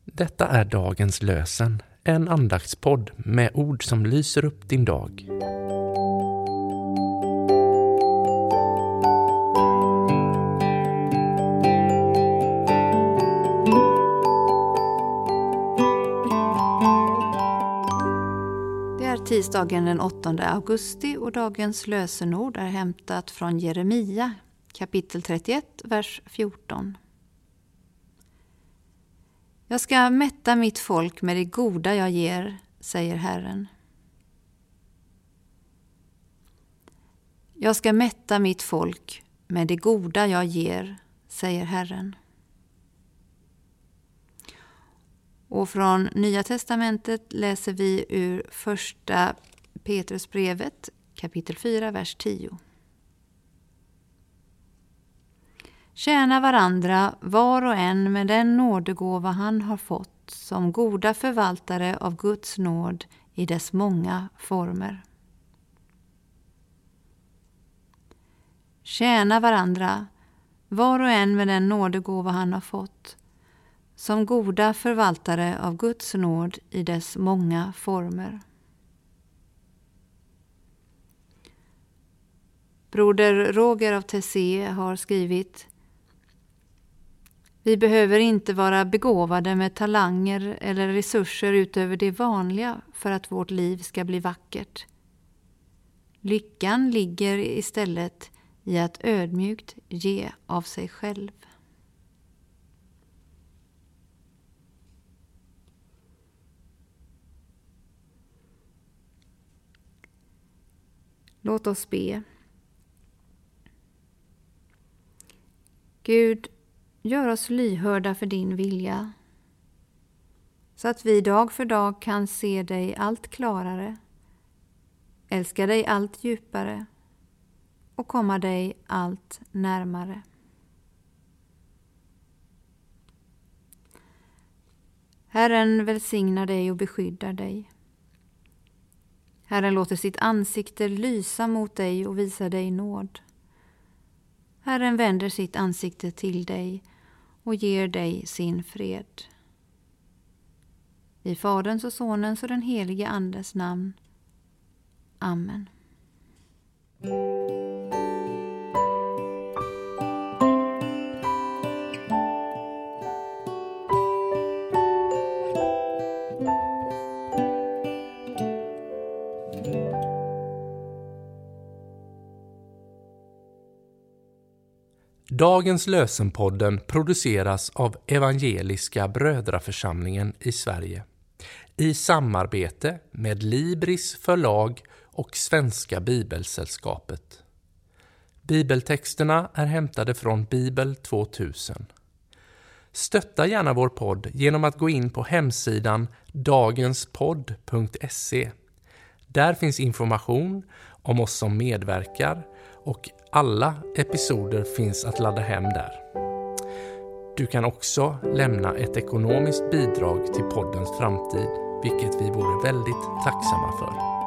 Detta är dagens lösen, en andaktspodd med ord som lyser upp din dag. Det är tisdagen den 8 augusti och dagens lösenord är hämtat från Jeremia, kapitel 31, vers 14. Jag ska mätta mitt folk med det goda jag ger, säger Herren. Jag ska mätta mitt folk med det goda jag ger, säger Herren. Och från Nya testamentet läser vi ur första Petrusbrevet, kapitel 4, vers 10. Tjäna varandra var och en med den nådegåva han har fått som goda förvaltare av Guds nåd i dess många former. Tjäna varandra var och en med den nådegåva han har fått som goda förvaltare av Guds nåd i dess många former. Broder Roger av Tessé har skrivit: Vi behöver inte vara begåvade med talanger eller resurser utöver det vanliga för att vårt liv ska bli vackert. Lyckan ligger istället i att ödmjukt ge av sig själv. Låt oss be. Gud, gör oss lyhörda för din vilja, så att vi dag för dag kan se dig allt klarare, älska dig allt djupare och komma dig allt närmare. Herren välsignar dig och beskyddar dig. Herren låter sitt ansikte lysa mot dig och visa dig nåd. Herren vänder sitt ansikte till dig och ger dig sin fred. I Faderns och Sonens och den helige Andes namn. Amen. Dagens lösenpodden produceras av Evangeliska Brödraförsamlingen i Sverige i samarbete med Libris förlag och Svenska Bibelsällskapet. Bibeltexterna är hämtade från Bibel 2000. Stötta gärna vår podd genom att gå in på hemsidan dagenspodd.se. Där finns information om oss som medverkar och alla episoder finns att ladda hem där. Du kan också lämna ett ekonomiskt bidrag till poddens framtid, vilket vi vore väldigt tacksamma för.